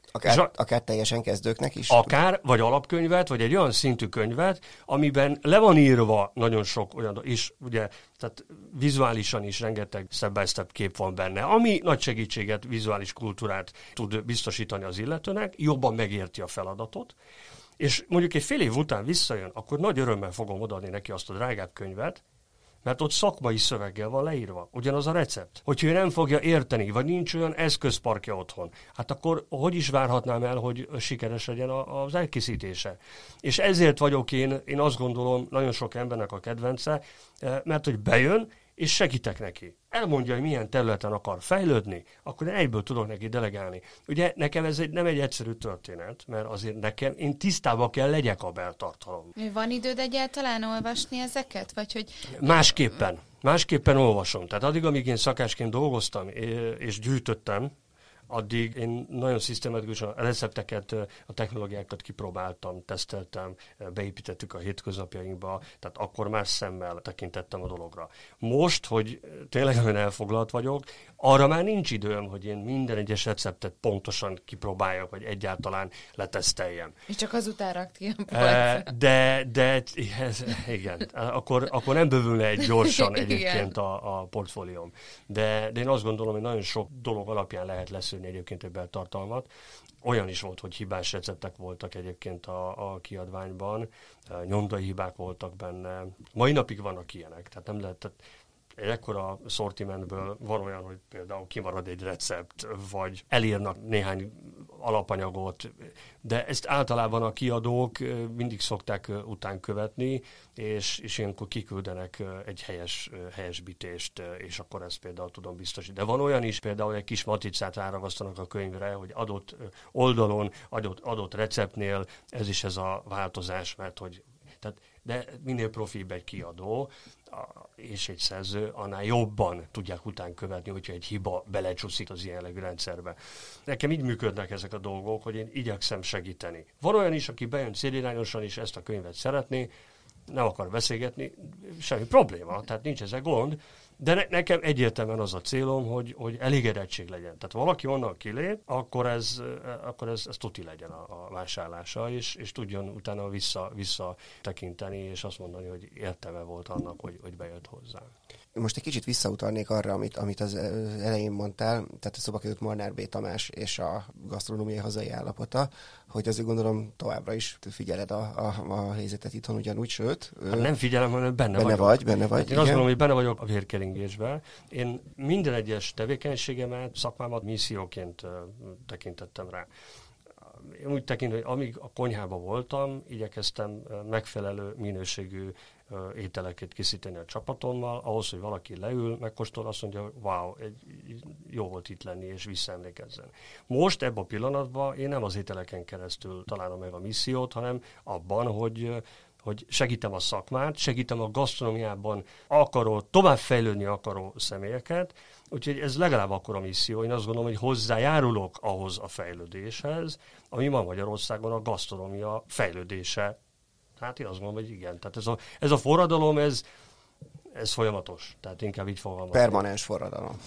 Akár teljesen kezdőknek is? Akár, vagy alapkönyvet, vagy egy olyan szintű könyvet, amiben le van írva nagyon sok olyan, és ugye, tehát vizuálisan is rengeteg step-by-step kép van benne, ami nagy segítséget, vizuális kultúrát tud biztosítani az illetőnek, jobban megérti a feladatot, és mondjuk egy fél év után visszajön, akkor nagy örömmel fogom odaadni neki azt a drágább könyvet, mert ott szakmai szöveggel van leírva, ugyanaz a recept. Hogyha ő nem fogja érteni, vagy nincs olyan eszközparkja otthon, hát akkor hogy is várhatnám el, hogy sikeres legyen az elkészítése. És ezért vagyok én azt gondolom nagyon sok embernek a kedvence, mert hogy bejön, és segítek neki. Elmondja, hogy milyen területen akar fejlődni, akkor én egyből tudok neki delegálni. Ugye nekem ez nem egy egyszerű történet, mert azért nekem, én tisztában kell legyek a beltartalom. Van időd egyáltalán olvasni ezeket? Vagy hogy... Másképpen olvasom. Tehát addig, amíg én szakácsként dolgoztam és gyűjtöttem, addig én nagyon szisztematikusan a recepteket, a technológiákat kipróbáltam, teszteltem, beépítettük a hétköznapjainkba, tehát akkor más szemmel tekintettem a dologra. Most, hogy tényleg nagyon elfoglalt vagyok, arra már nincs időm, hogy én minden egyes receptet pontosan kipróbáljak, vagy egyáltalán leteszteljem. És csak azután rakt ki a polcra. De igen, akkor nem bővülne egy gyorsan egyébként a portfólióm. De én azt gondolom, hogy nagyon sok dolog alapján lehet leszűrni beszélni egyébként egy beltartalmat. Olyan is volt, hogy hibás receptek voltak egyébként a kiadványban, nyomdai hibák voltak benne. Mai napig vannak ilyenek, tehát nem lehet... Egy ekkora szortimentből van olyan, hogy például kimarad egy recept, vagy elírnak néhány alapanyagot, de ezt általában a kiadók mindig szokták után követni, és ilyenkor kiküldenek egy helyesbítést, és akkor ezt például tudom biztosítani. De van olyan is, például egy kis matricát ráragasztanak a könyvre, hogy adott oldalon, adott receptnél ez is ez a változás, mert hogy... De minél profibb egy kiadó és egy szerző, annál jobban tudják után követni, hogyha egy hiba belecsúszik az ilyen jellegű rendszerbe. Nekem így működnek ezek a dolgok, hogy én igyekszem segíteni. Van olyan is, aki bejön célirányosan is ezt a könyvet szeretné, nem akar beszélgetni, semmi probléma, tehát nincs ezzel gond, de nekem egyértelműen az a célom, hogy elégedettség legyen. Tehát valaki onnan kilép, akkor ez tuti legyen a vásárlása, és tudjon utána vissza tekinteni, és azt mondani, hogy értelme volt annak, hogy bejött hozzá. Most egy kicsit visszautalnék arra, amit az elején mondtál, tehát a szóba került Molnár B. Tamás és a gasztronómiai hazai állapota, hogy azért gondolom továbbra is figyeled a helyzetet itthon ugyanúgy, sőt... Hát nem figyelem, hanem benne vagy. Hát én azt gondolom, hogy benne vagyok a vérkeringésben. Én minden egyes tevékenységemet, szakmámat misszióként tekintettem rá. Én úgy tekintem, hogy amíg a konyhában voltam, igyekeztem megfelelő minőségű ételeket készíteni a csapatommal, ahhoz, hogy valaki leül, megkóstol, azt mondja, wow, jó volt itt lenni, és visszaemlékezzen. Most ebben a pillanatban én nem az ételeken keresztül találom meg a missziót, hanem abban, hogy segítem a szakmát, segítem a gasztronómiában továbbfejlődni akaró személyeket, úgyhogy ez legalább akkora misszió. Én azt gondolom, hogy hozzájárulok ahhoz a fejlődéshez, ami ma Magyarországon a gasztronómia fejlődése. Hát én azt gondolom, hogy igen. Tehát ez a forradalom, ez folyamatos. Tehát inkább így fogalmazom. Permanens forradalom.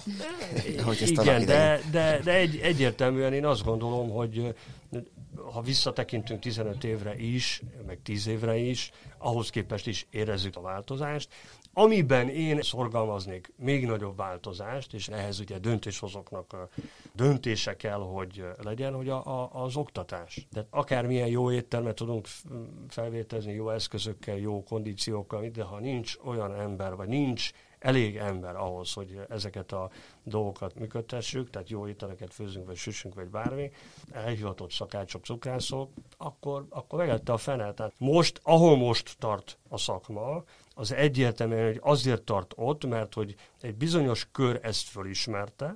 Igen, de egyértelműen én azt gondolom, hogy ha visszatekintünk 15 évre is, meg 10 évre is, ahhoz képest is érezzük a változást. Amiben én szorgalmaznék még nagyobb változást, és ehhez ugye döntéshozóknak döntése kell, hogy legyen, hogy az oktatás. Tehát akármilyen jó éttermet tudunk felvételezni, jó eszközökkel, jó kondíciókkal, de ha nincs olyan ember, vagy nincs elég ember ahhoz, hogy ezeket a dolgokat működtessük, tehát jó ételeket főzünk, vagy süssünk, vagy bármi, elhivatott szakácsok, cukrászok, akkor megette a fene. Tehát ahol most tart a szakma, az egyértelműen, hogy azért tart ott, mert hogy egy bizonyos kör ezt fölismerte,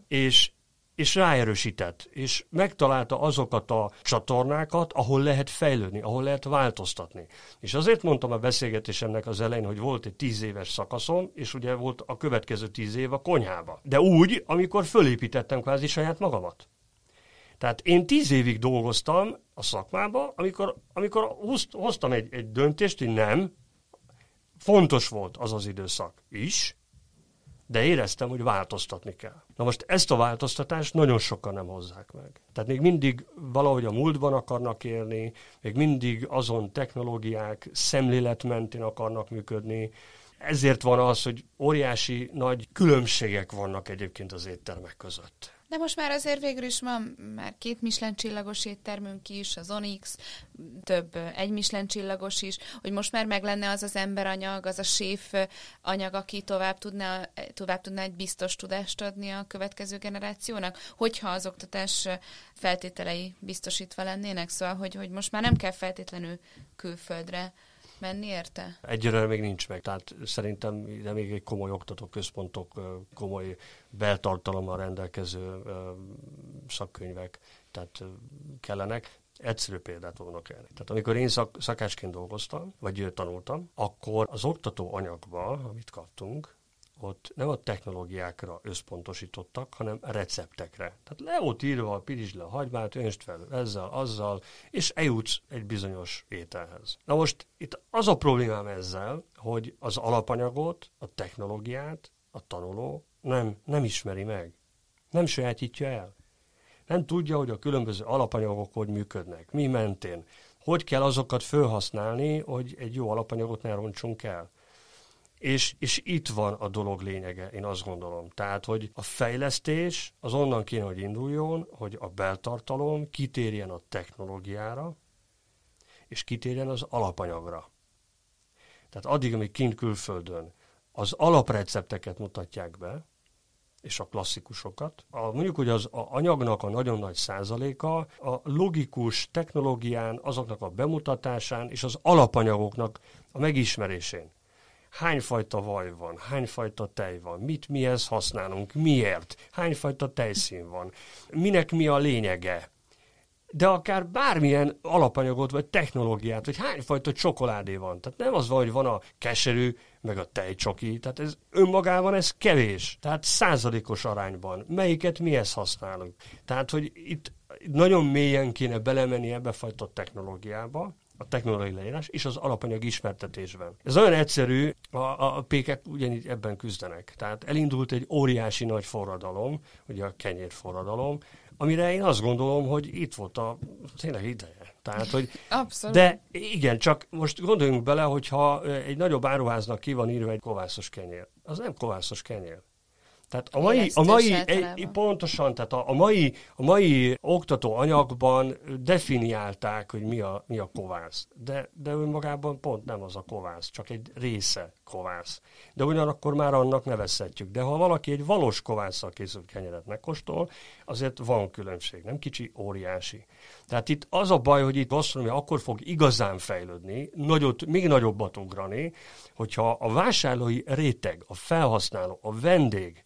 és ráerősített, és megtalálta azokat a csatornákat, ahol lehet fejlődni, ahol lehet változtatni. És azért mondtam a beszélgetésemnek az elején, hogy volt egy 10 éves szakaszom, és ugye volt a következő 10 év a konyhába. De úgy, amikor fölépítettem kvázi saját magamat. Tehát én 10 évig dolgoztam a szakmába, amikor hoztam egy döntést, hogy nem, fontos volt az időszak is, de éreztem, hogy változtatni kell. Na most ezt a változtatást nagyon sokan nem hozzák meg. Tehát még mindig valahogy a múltban akarnak élni, még mindig azon technológiák szemlélet mentén akarnak működni. Ezért van az, hogy óriási nagy különbségek vannak egyébként az éttermek között. De most már azért végül is van már 2 Michelin csillagos éttermünk is, az Onyx, több 1 Michelin csillagos is, hogy most már meg lenne az az emberanyag, az a séf anyag, aki tovább tudná egy biztos tudást adni a következő generációnak, hogyha az oktatás feltételei biztosítva lennének, szóval, hogy most már nem kell feltétlenül külföldre menni érte? Egyelőre még nincs meg, tehát szerintem de még egy komoly oktatóközpontok, komoly beltartalommal rendelkező szakkönyvek tehát kellenek. Egyszerű példát vonok el. Tehát amikor én szakácsként dolgoztam, vagy tanultam, akkor az oktató anyagban, amit kaptunk, ott nem a technológiákra összpontosítottak, hanem a receptekre. Tehát le volt írva, pirítsd le a hagymát, öntsd fel ezzel, azzal, és eljutsz egy bizonyos ételhez. Na most itt az a problémám ezzel, hogy az alapanyagot, a technológiát a tanuló nem ismeri meg. Nem sajátítja el. Nem tudja, hogy a különböző alapanyagok hogy működnek, mi mentén. Hogy kell azokat felhasználni, hogy egy jó alapanyagot ne rontsunk el. És itt van a dolog lényege, én azt gondolom. Tehát, hogy a fejlesztés az onnan kéne, hogy induljon, hogy a beltartalom kitérjen a technológiára, és kitérjen az alapanyagra. Tehát addig, amíg kint külföldön az alaprecepteket mutatják be, és a klasszikusokat. Mondjuk, hogy az anyagnak a nagyon nagy százaléka a logikus technológián, azoknak a bemutatásán és az alapanyagoknak a megismerésén. Hányfajta vaj van, hányfajta tej van, mit mihez használunk, miért, hányfajta tejszín van, minek mi a lényege. De akár bármilyen alapanyagot, vagy technológiát, vagy hányfajta csokoládé van. Tehát nem az van, hogy van a keserű, meg a tejcsoki. Tehát ez önmagában ez kevés. Tehát százalékos arányban. Melyiket mihez használunk. Tehát, hogy itt nagyon mélyen kéne belemenni ebbe a fajta technológiába, a technológiai leírás és az alapanyag ismertetésben. Ez nagyon egyszerű, a pékek ugyanígy ebben küzdenek. Tehát elindult egy óriási nagy forradalom, ugye a kenyérforradalom, amire én azt gondolom, hogy itt volt a tényleg ideje. Tehát, hogy abszolút. De igen, csak most gondoljunk bele, hogyha egy nagyobb áruháznak ki van írva egy kovászos kenyér. Az nem kovászos kenyér. Tehát pontosan, tehát a mai oktató anyagban definiálták, hogy mi a kovász. De önmagában pont nem az a kovász, csak egy része kovász. De ugyanakkor már annak nevezhetjük. De ha valaki egy valós kovásszal készült kenyeret megkóstol, azért van különbség, nem kicsi, óriási. Tehát itt az a baj, hogy itt gasztronómia akkor fog igazán fejlődni, még nagyobbat ugrani, hogyha a vásárlói réteg, a felhasználó, a vendég,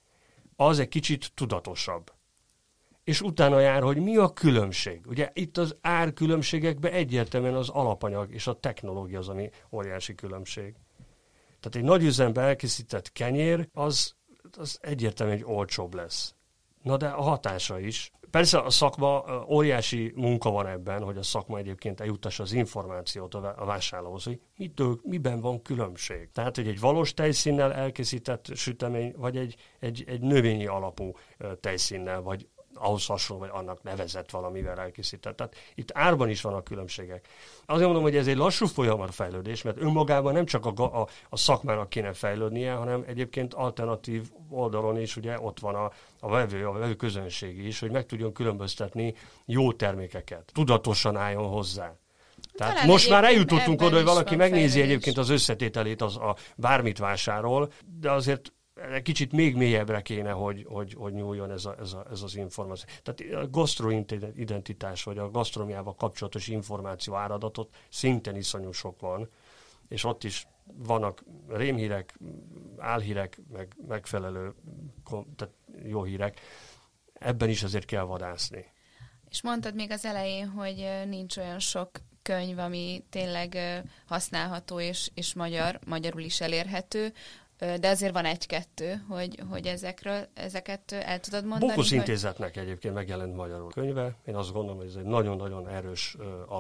az egy kicsit tudatosabb. És utána jár, hogy mi a különbség. Ugye itt az árkülönbségekben egyértelműen az alapanyag és a technológia az, ami óriási különbség. Tehát egy nagy üzemben elkészített kenyér, az egyértelműen egy olcsóbb lesz. Na de a hatása is. Persze a szakma, óriási munka van ebben, hogy a szakma egyébként eljutassa az információt a vásárlóhoz, hogy miben van különbség. Tehát, hogy egy valós tejszínnel elkészített sütemény, vagy egy növényi alapú tejszínnel, vagy ahhoz hasonló, vagy annak nevezett valamivel elkészített. Tehát itt árban is vannak különbségek. Azért mondom, hogy ez egy lassú folyamat fejlődés, mert önmagában nem csak a szakmának kéne fejlődnie, hanem egyébként alternatív oldalon is ugye ott van a vevő közönség is, hogy meg tudjon különböztetni jó termékeket. Tudatosan álljon hozzá. Tehát talán most már eljutottunk oda, hogy valaki megnézi egyébként az összetételét, a bármit vásárol, de azért kicsit még mélyebbre kéne, hogy nyúljon ez az információ. Tehát a gasztroidentitás, vagy a gasztronómiával kapcsolatos információ áradatot szintén iszonyú sok van, és ott is vannak rémhírek, álhírek, meg megfelelő, tehát jó hírek. Ebben is azért kell vadászni. És mondtad még az elején, hogy nincs olyan sok könyv, ami tényleg használható és magyarul is elérhető, de azért van egy-kettő, hogy ezeket el tudod mondani? Bokhusz Intézetnek egyébként megjelent magyarul könyve. Én azt gondolom, hogy ez egy nagyon-nagyon erős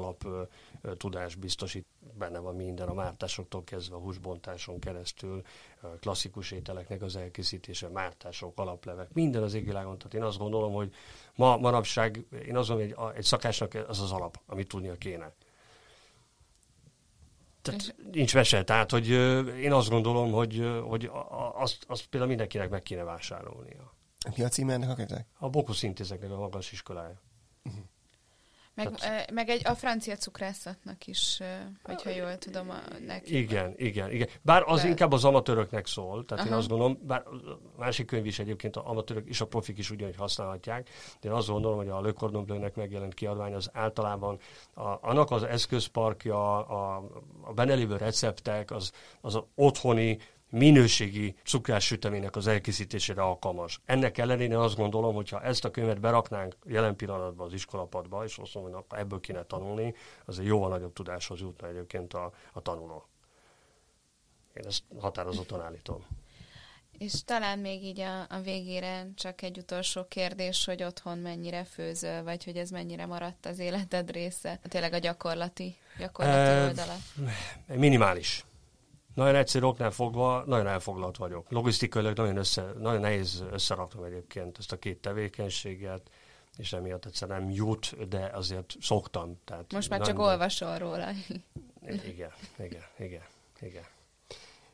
alaptudás biztosít. Benne van minden, a mártásoktól kezdve a húsbontáson keresztül, klasszikus ételeknek az elkészítése, mártások, alaplevek, minden az égvilágon. Tehát én azt gondolom, hogy manapság, én azt gondolom, hogy egy szakásnak az az alap, amit tudnia kéne. Tehát nincs mese, tehát hogy én azt gondolom, hogy azt például mindenkinek meg kéne vásárolnia. Mi a címe ennek a könyvnek? A Bokhusz Intézetnek a magas iskolája. Uh-huh. Meg a francia cukrászatnak is, hogyha jól tudom, neki. Igen. Bár az inkább az amatőröknek szól, tehát én azt gondolom, bár a másik könyv is egyébként az amatőrök és a profik is ugyanúgy használhatják, de én azt gondolom, hogy a Le Cordon Bleu-nek megjelent kiadvány az általában annak az eszközparkja, a benne lévő receptek, az otthoni minőségi cukrássüteménynek az elkészítésére alkalmas. Ennek ellenére azt gondolom, hogyha ezt a könyvet beraknánk jelen pillanatban az iskolapadba, és azt mondom, hogy ebből kéne tanulni, az egy jóval nagyobb tudáshoz jutna egyébként a tanuló. Én ezt határozottan állítom. És talán még így a végére csak egy utolsó kérdés, hogy otthon mennyire főzöl, vagy hogy ez mennyire maradt az életed része? Tényleg a gyakorlati oldala? Minimális. Nagyon egyszerű oknál fogva, nagyon elfoglalt vagyok. Logisztikailag nagyon nehéz összeraknom egyébként ezt a két tevékenységet, és emiatt egyszer nem jut, de azért szoktam. Tehát most már csak olvasol róla. Igen.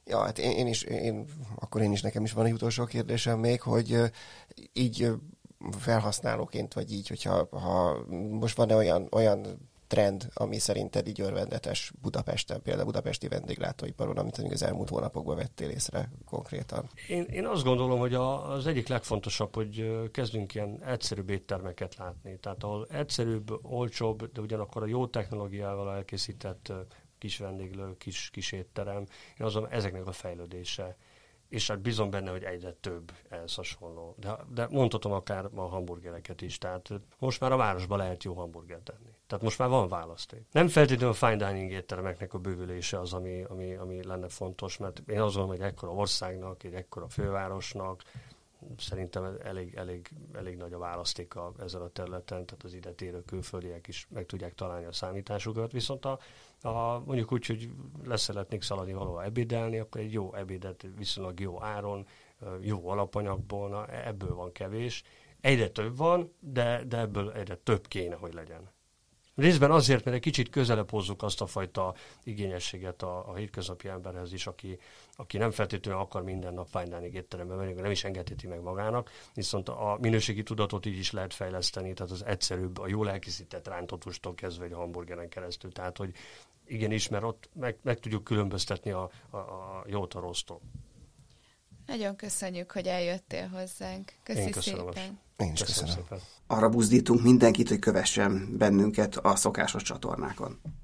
Ja, hát én is nekem is van egy utolsó kérdésem még, hogy így felhasználóként, vagy így, hogyha most van-e olyan trend, ami szerinted így örvendetes Budapesten, például budapesti vendéglátóiparon, amit az elmúlt hónapokban vettél észre konkrétan? Én azt gondolom, hogy az egyik legfontosabb, hogy kezdünk ilyen egyszerűbb éttermeket látni. Tehát ahol egyszerűbb, olcsóbb, de ugyanakkor a jó technológiával elkészített kis vendéglő, kis étterem. Én azon ezeknek a fejlődése. És hát bízom benne, hogy egyre több ehhez hasonló. De mondhatom akár a hamburgereket is. Tehát most már a városban lehet jó hamburgert enni. Tehát most már van választék. Nem feltétlenül a fine dining étteremeknek a bővülése az, ami lenne fontos, mert én azt gondolom, hogy ekkora országnak, egy ekkora fővárosnak szerintem elég nagy a választéka ezen a területen, tehát az ide térő külföldiek is meg tudják találni a számításukat, viszont mondjuk úgy, hogy leszeretnék szaladni valahol ebédelni, akkor egy jó ebédet viszonylag jó áron, jó alapanyagból, ebből van kevés. Egyre több van, de ebből egyre több kéne, hogy legyen. Részben azért, mert egy kicsit közelebb hozzuk azt a fajta igényességet a hétköznapi emberhez is, aki nem feltétlenül akar minden nap fine dining étterembe menni, nem is engedheti meg magának, viszont a minőségi tudatot így is lehet fejleszteni, tehát az egyszerűbb, a jól elkészített rántottustól kezdve egy hamburgeren keresztül, tehát hogy igenis, mert ott meg tudjuk különböztetni a jót a rossztól. Nagyon köszönjük, hogy eljöttél hozzánk. Én köszönöm szépen. Én is köszönöm. Szépen. Arra buzdítunk mindenkit, hogy kövessen bennünket a szokásos csatornákon.